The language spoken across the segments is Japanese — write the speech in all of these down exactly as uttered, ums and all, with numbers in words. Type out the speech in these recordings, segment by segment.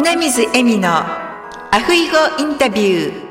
米水恵美のアフイゴインタビュー。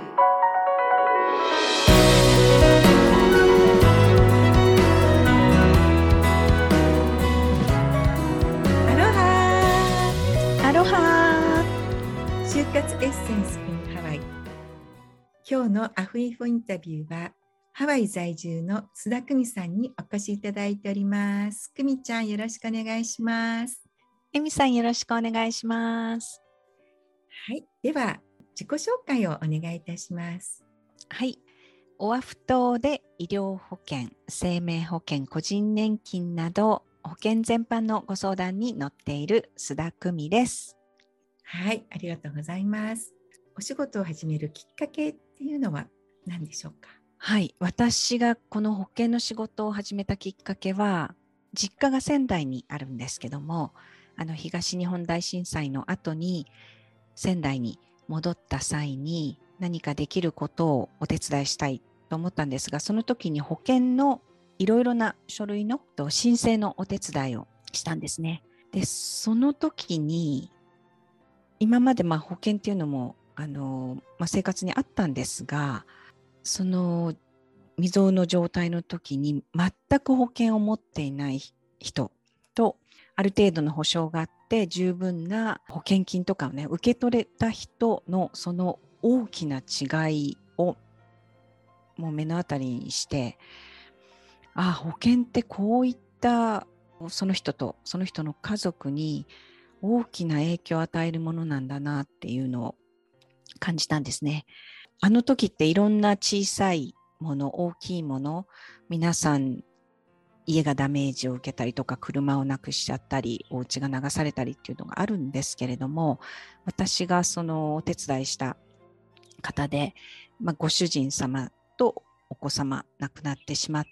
アロハアロハ就活エッセンス in ハワイ。今日のアフイゴインタビューはハワイ在住の須田久美さんにお越しいただいております。久美ちゃん、よろしくお願いします。 エミさん、よろしくお願いします。 はい、では自己紹介をお願いいたします。 はい、オアフ島で医療保険、生命保険、個人年金など保険全般のご相談に乗っている須田久美です。 はい、ありがとうございます。お仕事を始めるきっかけっていうのは何でしょうか？ はい、私がこの保険の仕事を始めたきっかけは、実家が仙台にあるんですけども、あの東日本大震災の後に仙台に戻った際に何かできることをお手伝いしたいと思ったんですが、その時に保険のいろいろな書類の申請のお手伝いをしたんですね。で、その時に今までまあ保険っていうのもあの、まあ、生活にあったんですが、その未曾有の状態の時に全く保険を持っていない人とある程度の保証があって十分な保険金とかをね受け取れた人のその大きな違いをもう目の当たりにして、あ、保険ってこういったその人とその人の家族に大きな影響を与えるものなんだなっていうのを感じたんですね。あの時っていろんな小さいもの、大きいもの、皆さん家がダメージを受けたりとか車をなくしちゃったりお家が流されたりっていうのがあるんですけれども、私がそのお手伝いした方で、まあ、ご主人様とお子様亡くなってしまって、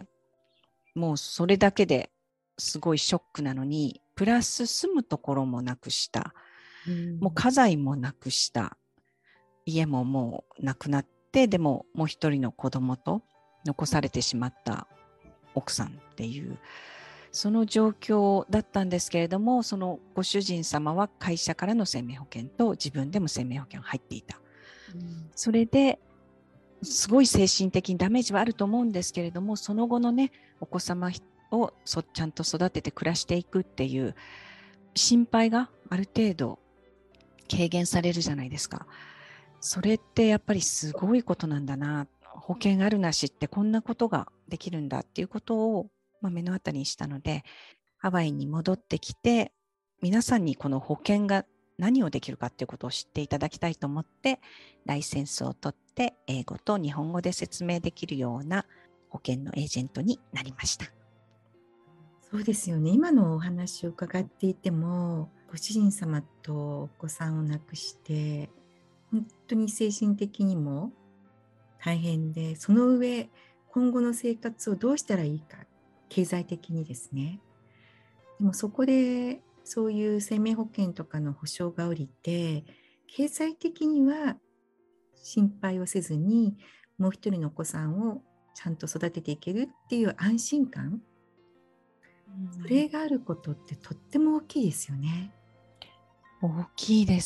もうそれだけですごいショックなのにプラス住むところもなくした、うん、もう家財もなくした、家ももうなくなって、でももう一人の子供と残されてしまった奥さんっていうその状況だったんですけれども、そのご主人様は会社からの生命保険と自分でも生命保険入っていた、うん、それですごい精神的にダメージはあると思うんですけれども、その後のねお子様をそちゃんと育てて暮らしていくっていう心配がある程度軽減されるじゃないですか。それってやっぱりすごいことなんだな、保険あるなしってこんなことができるんだっていうことを、まあ、目の当たりにしたので、ハワイに戻ってきて皆さんにこの保険が何をできるかっていうことを知っていただきたいと思ってライセンスを取って英語と日本語で説明できるような保険のエージェントになりました。 そうですよね。今のお話を伺っていても、ご主人様とお子さんを亡くして本当に精神的にも大変で、その上今後の生活をどうしたらいいか、経済的にですね。でもそこでそういう生命保険とかの保証が下りて、経済的には心配をせずにもう一人のお子さんをちゃんと育てていけるっていう安心感、それがあることってとっても大きいですよね。 大きいです。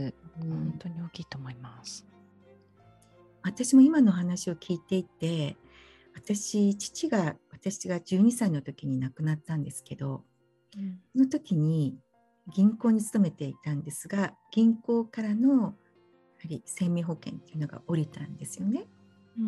本当に大きいと思います。 私も今の話を聞いていて、私父が私がじゅうにさいの時に亡くなったんですけど、うん、その時に銀行に勤めていたんですが、銀行からのやはり生命保険っていうのが下りたんですよね。うん、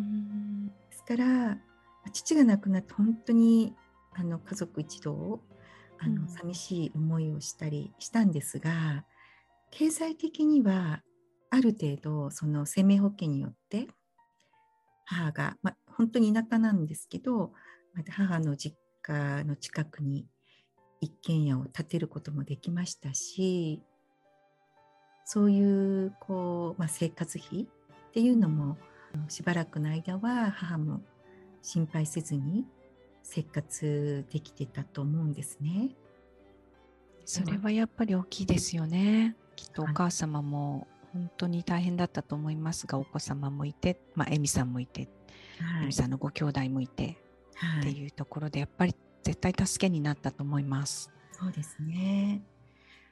ですから父が亡くなって本当にあの家族一同あの、うん、寂しい思いをしたりしたんですが、経済的にはある程度その生命保険によって母が、まあ、本当に田舎なんですけど、また母の実家の近くに一軒家を建てることもできましたし、そういうこう、まあ、生活費っていうのもしばらくの間は母も心配せずに生活できてたと思うんですね。 それはやっぱり大きいですよね。きっとお母様も本当に大変だったと思いますが、お子様もいて、まあ、エミさんもいて、はい、エミさんのご兄弟もいて、はい、っていうところでやっぱり絶対助けになったと思います。 そうですね。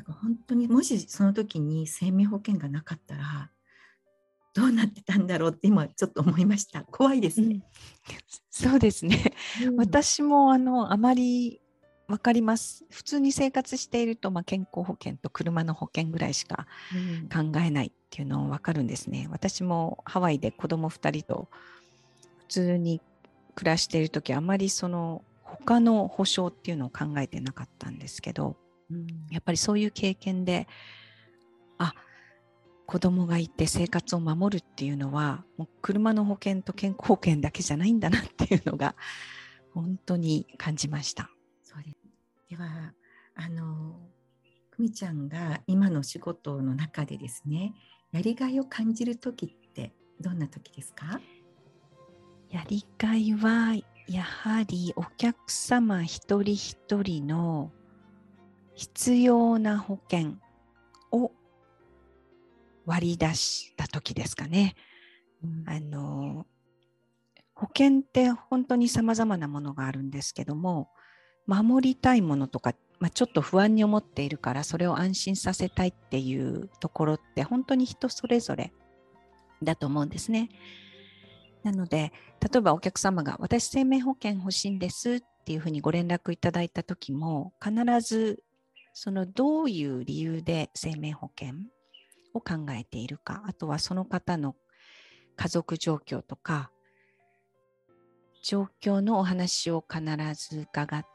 本当にもしその時に生命保険がなかったらどうなってたんだろうって今ちょっと思いました。怖いですね。 うん、そうですね。 うん、 私もあのあまり分かります。普通に生活していると、まあ、健康保険と車の保険ぐらいしか考えないっていうの分かるんですね。私もハワイで子供ふたりと普通に暮らしている時、あまりその他の保障っていうのを考えてなかったんですけど、 うん、 やっぱりそういう経験で、あ、子供がいて生活を守るっていうのはもう車の保険と健康保険だけじゃないんだなっていうのが本当に感じました。 そうです。ではあの久美ちゃんが今の仕事の中でですね、やりがいを感じる時ってどんな時ですか？ やりがいはやはりお客様一人一人の必要な保険を割り出した時ですかね。うん、あの保険って本当に様々なものがあるんですけども、守りたいものとか、まあ、ちょっと不安に思っているからそれを安心させたいっていうところって本当に人それぞれだと思うんですね。なので例えばお客様が私生命保険欲しいんですっていうふうにご連絡いただいた時も、必ずそのどういう理由で生命保険を考えているか、あとはその方の家族状況とか状況のお話を必ず伺って、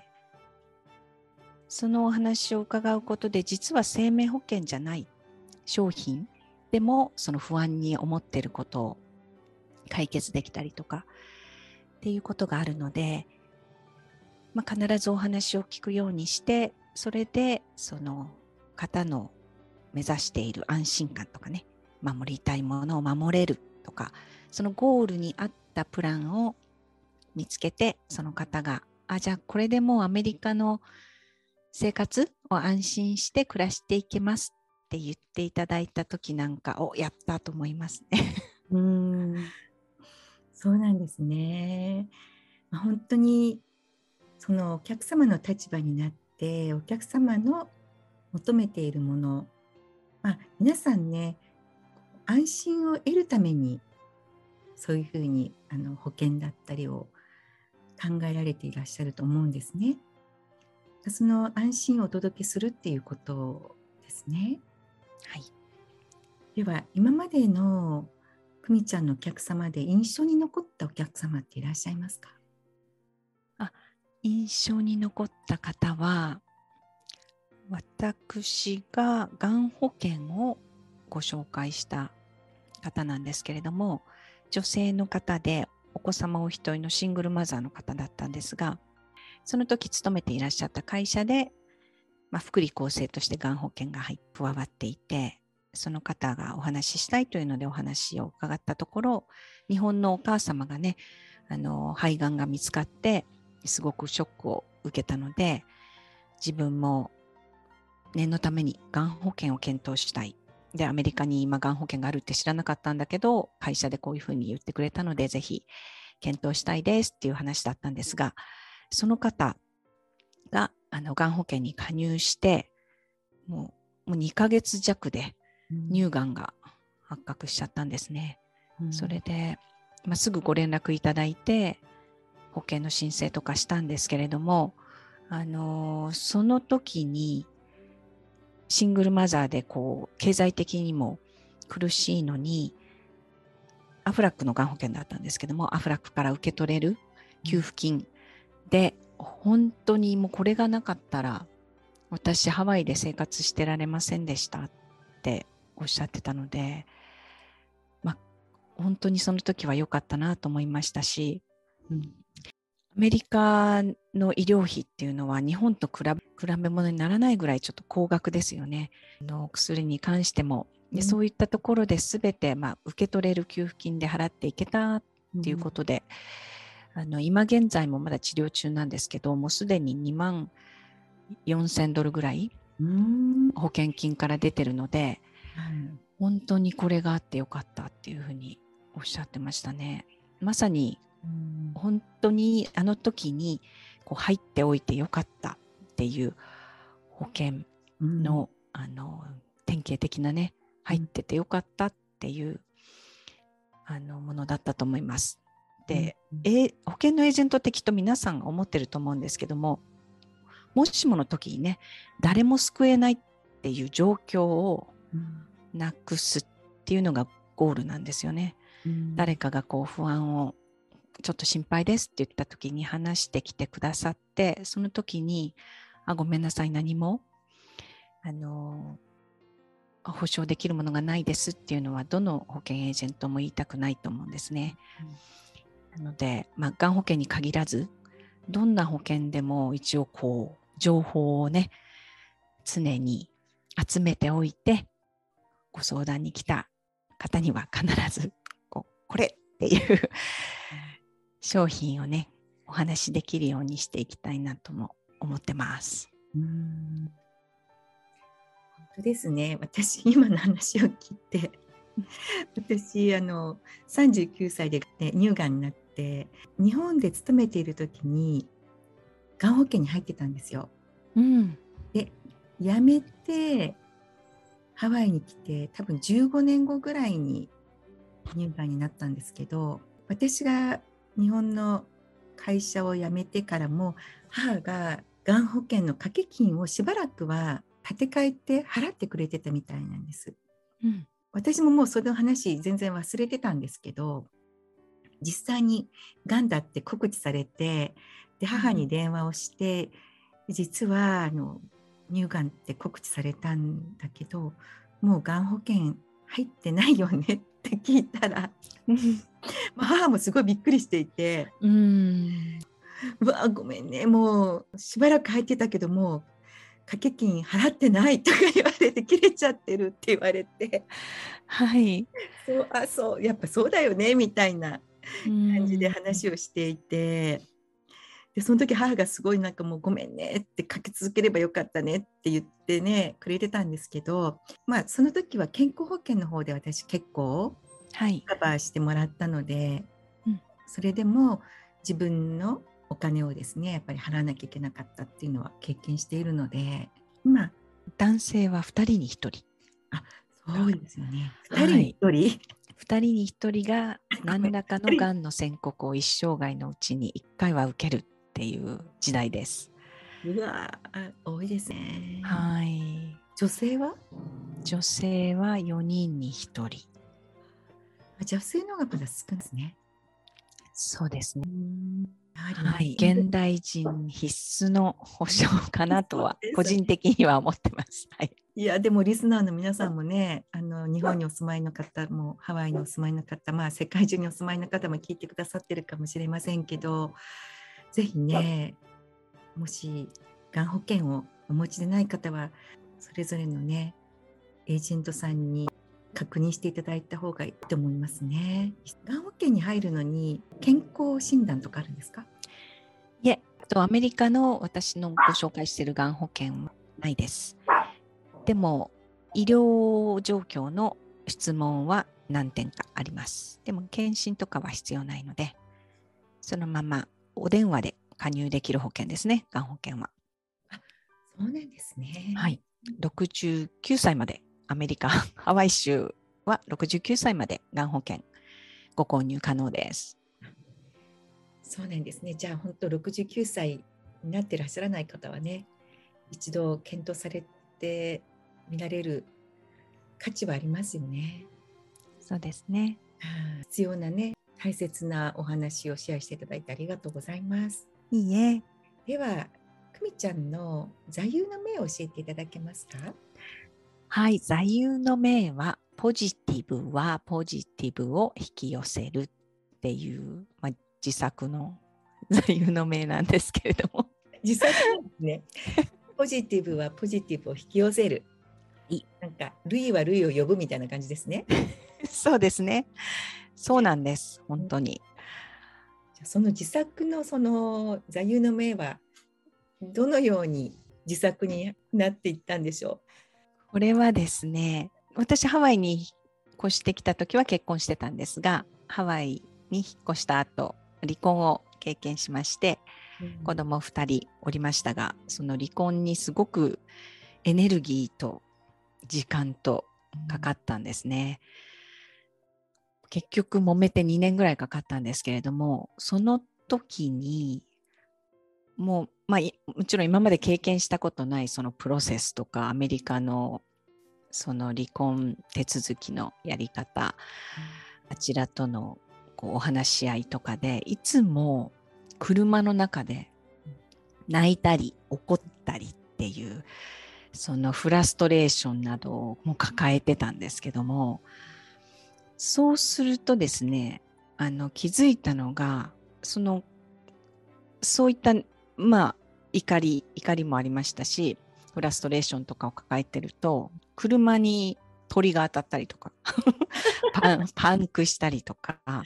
そのお話を伺うことで実は生命保険じゃない商品でもその不安に思っていることを解決できたりとかっていうことがあるので、まあ、必ずお話を聞くようにして、それでその方の目指している安心感とかね、守りたいものを守れるとか、そのゴールに合ったプランを見つけて、その方があじゃあこれでもうアメリカの生活を安心して暮らしていけますって言っていただいた時なんかをやったと思いますね。 うん、そうなんですね。本当にそのお客様の立場になってお客様の求めているもの、まあ、皆さんね、安心を得るためにそういうふうにあの保険だったりを考えられていらっしゃると思うんですね。その安心をお届けするっていうことですね。 はい。 では今までの久美ちゃんのお客様で印象に残ったお客様っていらっしゃいますか？ あ、印象に残った方は、私ががん保険をご紹介した方なんですけれども、女性の方でお子様お一人のシングルマザーの方だったんですが、その時勤めていらっしゃった会社で、まあ、福利厚生としてがん保険が加わっていて、その方がお話ししたいというのでお話を伺ったところ、日本のお母様がね、あの肺がんが見つかってすごくショックを受けたので、自分も念のためにがん保険を検討したい。で、アメリカに今がん保険があるって知らなかったんだけど、会社でこういうふうに言ってくれたので、ぜひ検討したいですっていう話だったんですが、その方があのがん保険に加入して、もう、もうにかげつ弱で乳がんが発覚しちゃったんですね。うん、それで、まあ、すぐご連絡いただいて、保険の申請とかしたんですけれども、あのー、その時に、シングルマザーでこう経済的にも苦しいのに、アフラックのがん保険だったんですけども、アフラックから受け取れる給付金で、うん、本当にもうこれがなかったら私ハワイで生活してられませんでしたっておっしゃってたので、まあ、本当にその時は良かったなと思いましたし、うん、アメリカの医療費っていうのは日本と比べ、比べ物にならないぐらいちょっと高額ですよね。の薬に関しても。で、そういったところで全て、まあ、受け取れる給付金で払っていけたっていうことで、うん、あの今現在もまだ治療中なんですけど、もうすでににまんよんせんドルぐらい保険金から出てるので、うん、本当にこれがあってよかったっていうふうにおっしゃってましたね。まさに本当にあの時にこう入っておいてよかったっていう保険の、うん、あの典型的なね、入っててよかったっていう、うん、あのものだったと思います。で、うんえ保険のエージェントってきっと皆さん思ってると思うんですけども、もしもの時にね、誰も救えないっていう状況をなくすっていうのがゴールなんですよね。うん、誰かがこう不安をちょっと心配ですって言った時に話してきてくださって、その時にあごめんなさい、何もあの保証できるものがないですっていうのはどの保険エージェントも言いたくないと思うんですね。うん、なので、まあ、がん保険に限らずどんな保険でも一応こう情報をね常に集めておいて、ご相談に来た方には必ずこうこれっていう商品をねお話しできるようにしていきたいなとも思ってます。 うーん、本当ですね。私今の話を聞いて私あのさんじゅうきゅうさいで、ね、乳がんになって日本で勤めている時にがん保険に入ってたんですよ。うん、で辞めてハワイに来て多分じゅうごねんごぐらいに乳がんになったんですけど、私が日本の会社を辞めてからも母ががん保険の掛け金をしばらくは立て替えて払ってくれてたみたいなんです。うん、私ももうその話全然忘れてたんですけど、実際にがんだって告知されて、で母に電話をして、うん、実はあの乳がんって告知されたんだけどもうがん保険入ってないよねって聞いたら母もすごいびっくりしていて、うーん、うわごめんね、もうしばらく入ってたけども掛け金払ってないとか言われて切れちゃってるって言われて、はい、そうあそうやっぱそうだよねみたいな感じで話をしていて、でその時母がすごいなんかもうごめんねってかけ続ければよかったねって言ってねくれてたんですけど、まあその時は健康保険の方で私結構カバーしてもらったので、はいうん、それでも自分のお金をですねやっぱり払わなきゃいけなかったっていうのは経験しているので、まあ男性はふたりにひとり。 あ、そうですよね。ふたりにひとり、はい、 ふたりにひとりが何らかのがんの宣告を一生涯のうちにいっかいは受けるっていう時代です。 うわ多いですね。 はい。 女性は女性はよにんにひとり。 女性の方がまだ少ないですね。 そうですね。はい、現代人必須の保障かなとは個人的には思ってます。はい、 いやでもリスナーの皆さんもね、あの日本にお住まいの方もハワイにお住まいの方、まあ世界中にお住まいの方も聞いてくださってるかもしれませんけど、ぜひね、もしがん保険をお持ちでない方はそれぞれのねエージェントさんに確認していただいた方がいいと思いますね。がん保険に入るのに健康診断とかあるんですか？ いえ、アメリカの私のご紹介しているがん保険はないです。でも医療状況の質問は何点かあります。でも検診とかは必要ないので、そのままお電話で加入できる保険ですね、がん保険は。 あ、そうなんですね。 はい。ろくじゅうきゅうさいまで、アメリカ、ハワイ州はろくじゅうきゅうさいまでがん保険ご購入可能です。 そうなんですね。じゃあ本当ろくじゅうきゅうさいになってらっしゃらない方はね、一度検討されてみられる価値はありますよね。 そうですね。 必要なね、大切なお話をシェアしていただいてありがとうございます。 いいえ。 では、くみちゃんの座右の銘を教えていただけますか？ はい、座右の銘は、ポジティブはポジティブを引き寄せるっていう、まあ、自作の座右の銘なんですけれども。 自作なんですね。ポジティブはポジティブを引き寄せる。なんか、類は類を呼ぶみたいな感じですね。 そうですね。そうなんです。本当に。 じゃその自作のその座右の銘は、どのように自作になっていったんでしょう？ これはですね、私ハワイに越してきた時は結婚してたんですが、ハワイに引っ越した後、離婚を経験しまして、うん、子供ふたりおりましたが、その離婚にすごくエネルギーと時間とかかったんですね。結局揉めてにねんぐらいかかったんですけれども、その時にもう、まあ、もちろん今まで経験したことないそのプロセスとかアメリカのその離婚手続きのやり方、あちらとのこうお話し合いとかでいつも車の中で泣いたり怒ったりっていうそのフラストレーションなどをも抱えてたんですけども、そうするとですね、あの気づいたのがそのそういったまあ怒り怒りもありましたし、フラストレーションとかを抱えてると車に鳥が当たったりとかパンパンクしたりとか、あ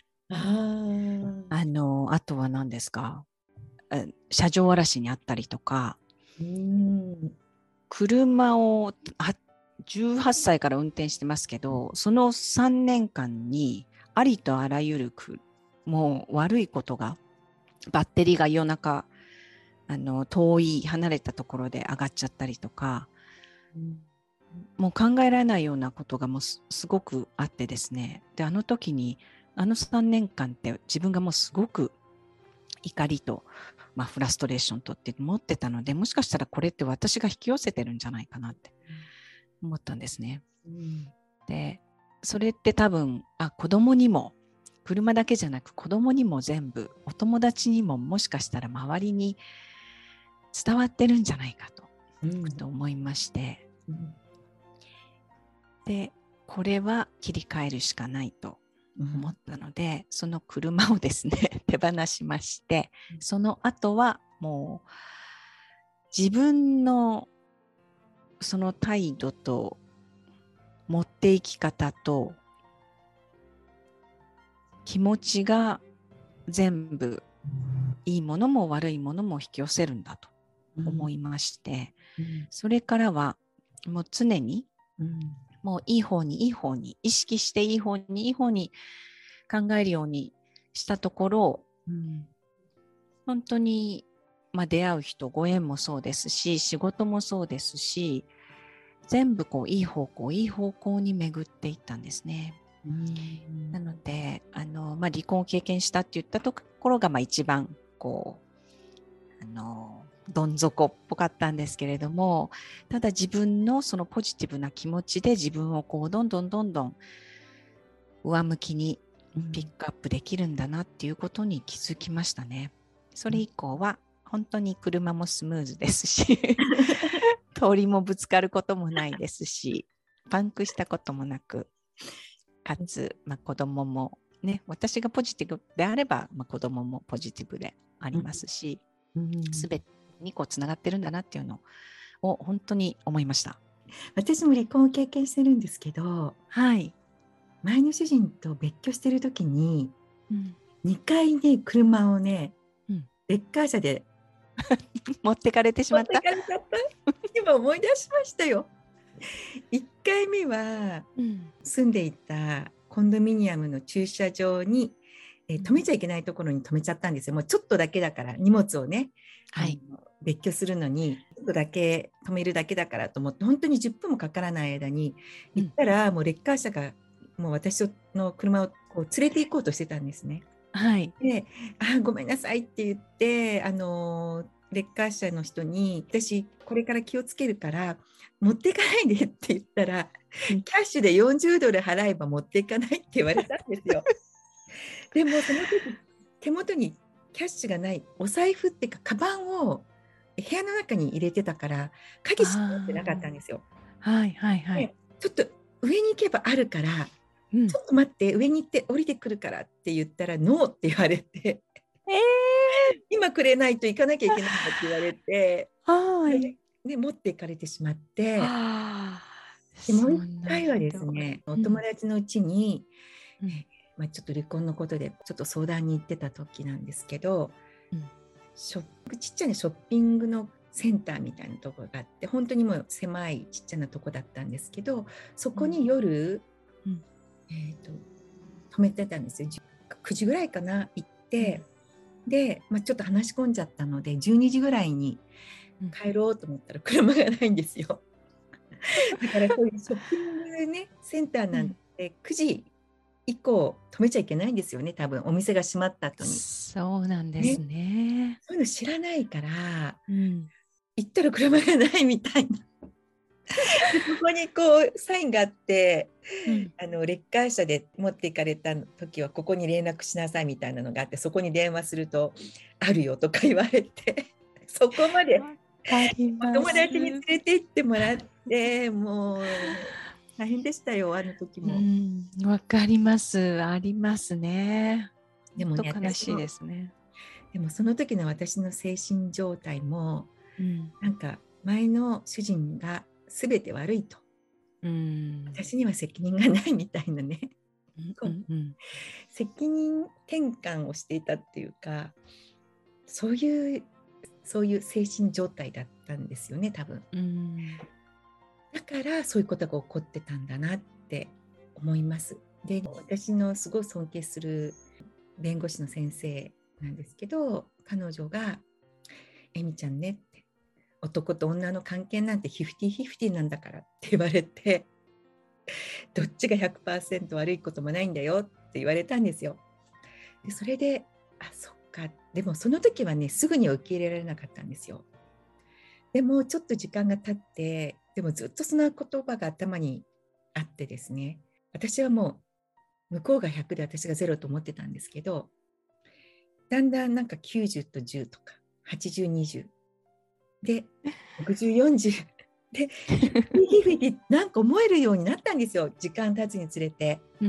のあとは何ですか、車上荒らしにあったりとか、うん車をじゅうはっさいから運転してますけど、そのさんねんかんにありとあらゆるもう悪いことが、バッテリーが夜中あの遠い離れたところで上がっちゃったりとか、うん、もう考えられないようなことがもう す, すごくあってですね。で、あの時にあのさんねんかんって自分がもうすごく怒りと、まあ、フラストレーションとって持ってたので、もしかしたらこれって私が引き寄せてるんじゃないかなって思ったんですね。うん、で、それって多分あ子供にも車だけじゃなく子供にも全部、お友達にももしかしたら周りに伝わってるんじゃないかと、うん、と思いまして、うん、でこれは切り替えるしかないと思ったので、うん、その車をですね手放しまして、その後はもう自分のその態度と持っていき方と気持ちが全部いいものも悪いものも引き寄せるんだと思いまして、うんうん、それからはもう常に、うん、もういい方にいい方に意識していい方にいい方に考えるようにしたところ、うん、本当に、まあ、出会う人、ご縁もそうですし、仕事もそうですし、全部こういい方向いい方向に巡っていったんですね。うん、なのであの、まあ、離婚を経験したって言ったところが、まあ、一番こうあのどん底っぽかったんですけれども、ただ自分のそのポジティブな気持ちで自分をこうどんどんどんどん上向きにピックアップできるんだなっていうことに気づきましたね。それ以降は本当に車もスムーズですし通りもぶつかることもないですし、パンクしたこともなく、かつ、まあ、子供もね、私がポジティブであれば、まあ、子供もポジティブでありますし、すべ、うん、てにこうつながってるんだなっていうのを本当に思いました。 私も離婚を経験してるんですけど、 はい、 前の主人と別居してる時に、うん、にかいね車をね、うん、レッカー車で持ってかれてしまった。持ってかれちゃった。 今思い出しましたよ。いっかいめは、うん、住んでいたコンドミニアムの駐車場に、えー、止めちゃいけないところに止めちゃったんですよ。もうちょっとだけだから、荷物をね、はい、あの別居するのにちょっとだけ止めるだけだからと思って、本当にじゅっぷんもかからない間に行ったら、うん、もうレッカー車がもう私の車をこう連れて行こうとしてたんですね。 はい、 で、あ、ごめんなさいって言って、あのレッカー車の人に、私これから気をつけるから持っていかないでって言ったら、うん、キャッシュでよんじゅうドル払えば持っていかないって言われたんですよ。でもその時手元にキャッシュがない、お財布っていうかカバンを部屋の中に入れてたから鍵しか持ってなかったんですよ。 はいはいはい。 ちょっと上に行けばあるから、うん、ちょっと待って上に行って降りてくるからって言ったらノーって言われて、えー、今くれないと行かなきゃいけないんだって言われて、はい、で持っていかれてしまって、でもう一回はですね、お友達のうちに、うん、まあ、ちょっと離婚のことでちょっと相談に行ってた時なんですけど、うん、ショッちっちゃなショッピングのセンターみたいなところがあって、本当にもう狭いちっちゃなとこだったんですけど、そこに夜、うん、えーと、止めてたんですよ。くじぐらいかな、行って、うん、で、まあ、ちょっと話し込んじゃったのでじゅうにじぐらいに帰ろうと思ったら車がないんですよ。 だからそういうショッピングね、センターなんてくじ以降止めちゃいけないんですよね、多分お店が閉まった後に。 そうなんですね、 ね。 そういうの知らないから、 うん、 行ったら車がないみたいな。でそこにこうサインがあって、 うん、 あのレッカー車で持っていかれた時はここに連絡しなさいみたいなのがあって、そこに電話するとあるよとか言われて、そこまでわかりおます。 友達に連れて行ってもらって、もう大変でしたよ、あの時うも。 ん、わかります。ありますね。 でもね、 本当悲しい私のですね。 でもその時の私の精神状態も、 うん、 なんか前の主人が全て悪いと、 うん、 私には責任がないみたいなね、 うん、うん、 責任転換をしていたっていうか、そういうそういう精神状態だったんですよね、多分。 うん、 だからそういうことが起こってたんだなって思います。で、私のすごい尊敬する弁護士の先生なんですけど、彼女が「えみちゃんね」って、男と女の関係なんてフィフティフィフティなんだからって言われて、どっちが ひゃくパーセント 悪いこともないんだよって言われたんですよ。でそれで、あ、そっか。でもその時はね、すぐには受け入れられなかったんですよ。でもちょっと時間が経って、でもずっとその言葉が頭にあってですね、私はもう向こうがひゃくで私がゼロと思ってたんですけど、だんだんなんかきゅうじゅうとじゅうとかはちじゅう、にじゅうでろくじゅう、よんじゅうでフィフィなんか思えるようになったんですよ、時間経つにつれて。 うん、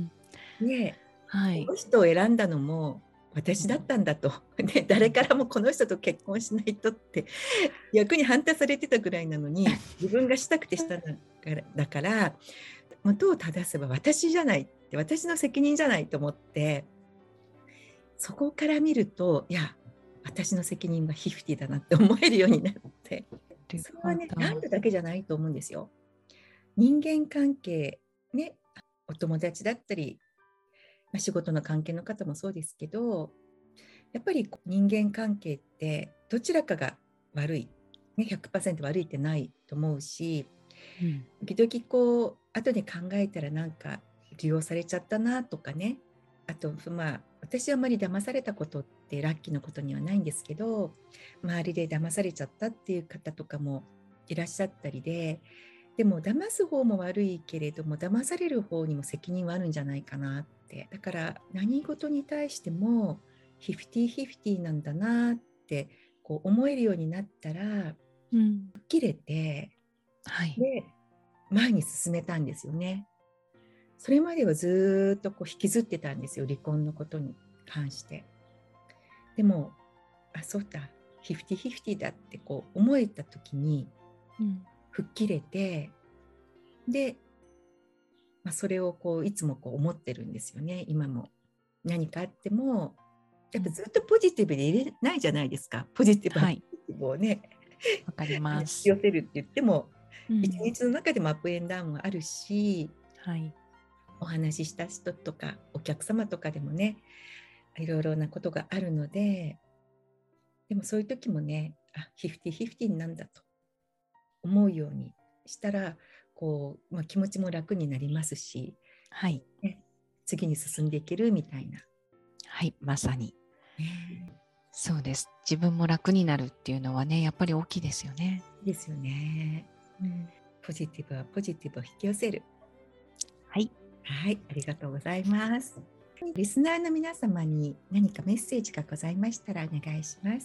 で、 はい。 この人を選んだのも私だったんだと。で、誰からもこの人と結婚しないとって逆に反対されてたぐらいなのに、自分がしたくてしたんだからだから、元を正せば私じゃないって、私の責任じゃないと思って、そこから見ると、いや、私の責任はフィフティだなって思えるようになって、 なるそれはね、 ほど。 男女だけじゃないと思うんですよ。人間関係、ね、お友達だったり、まあ、仕事の関係の方もそうですけど、やっぱり人間関係ってどちらかが悪い、ね、ひゃくパーセント 悪いってないと思うし、 うん、 時々こう後で考えたらなんか利用されちゃったなとかね、あとまあ私はあまり騙されたことってラッキーのことにはないんですけど、周りで騙されちゃったっていう方とかもいらっしゃったりで、でも騙す方も悪いけれども騙される方にも責任はあるんじゃないかなって。だから何事に対してもフィフティフィフティなんだなってこう思えるようになったら、 うん、 吹っ切れて、 はい。 で前に進めたんですよね。それまではずっとこう引きずってたんですよ、離婚のことに関して。でも、あ、そうだ、フィフティフィフティだってこう思えた時にうん、 吹っ切れて、で、まあ、それをこういつもこう思ってるんですよね、今も。何かあっても、やっぱずっとポジティブでいれないじゃないですか。ポジティブはポはい。 ジティブをね、 わかります。 引き寄せるって言っても、一うん、 日の中でもアップエンダウンはあるし、 はい。 お話しした人とかお客様とかでもね、いろいろなことがあるので、でもそういう時もね、あ、フィフティフィフティなんだと思うようにしたら、こう、まあ、気持ちも楽になりますし、 はい。 ね、次に進んでいけるみたいな。 はい、まさに。 ね、 そうです。自分も楽になるっていうのはね、やっぱり大きいですよね。 ですよね。 うん、 ポジティブはポジティブを引き寄せる。 はい。 はい、ありがとうございます。リスナーの皆様に何かメッセージがございましたらお願いします。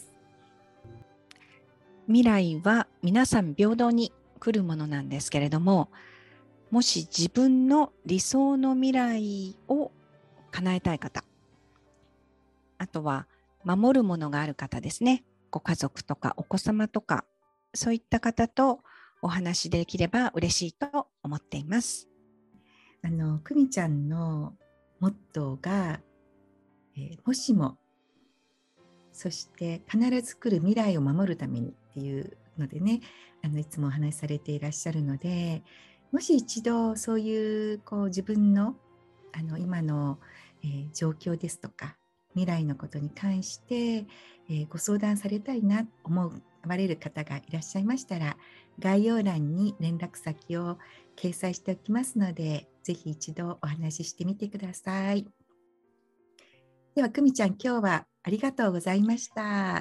未来は皆さん平等に来るものなんですけれども、もし自分の理想の未来を叶えたい方、あとは守るものがある方ですね。ご家族とかお子様とか、そういった方とお話しできれば嬉しいと思っています。 あの、くみちゃんのモットーが、えーもしも、そして必ず来る未来を守るためにっていうのでね、あのいつもお話しされていらっしゃるので、もし一度そういうこう自分の、あの今の、えー状況ですとか未来のことに関して、えーご相談されたいなと思われる方がいらっしゃいましたら、 概要欄に連絡先を掲載しておきますので、ぜひ一度お話ししてみてください。では、久美ちゃん、今日はありがとうございました。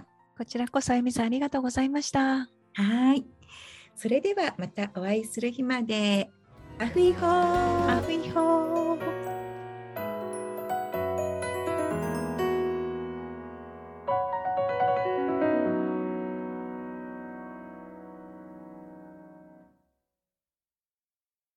こちらこそ、あゆみさん、ありがとうございました。 はい。それではまたお会いする日まで。アフイホー。 アフイホー。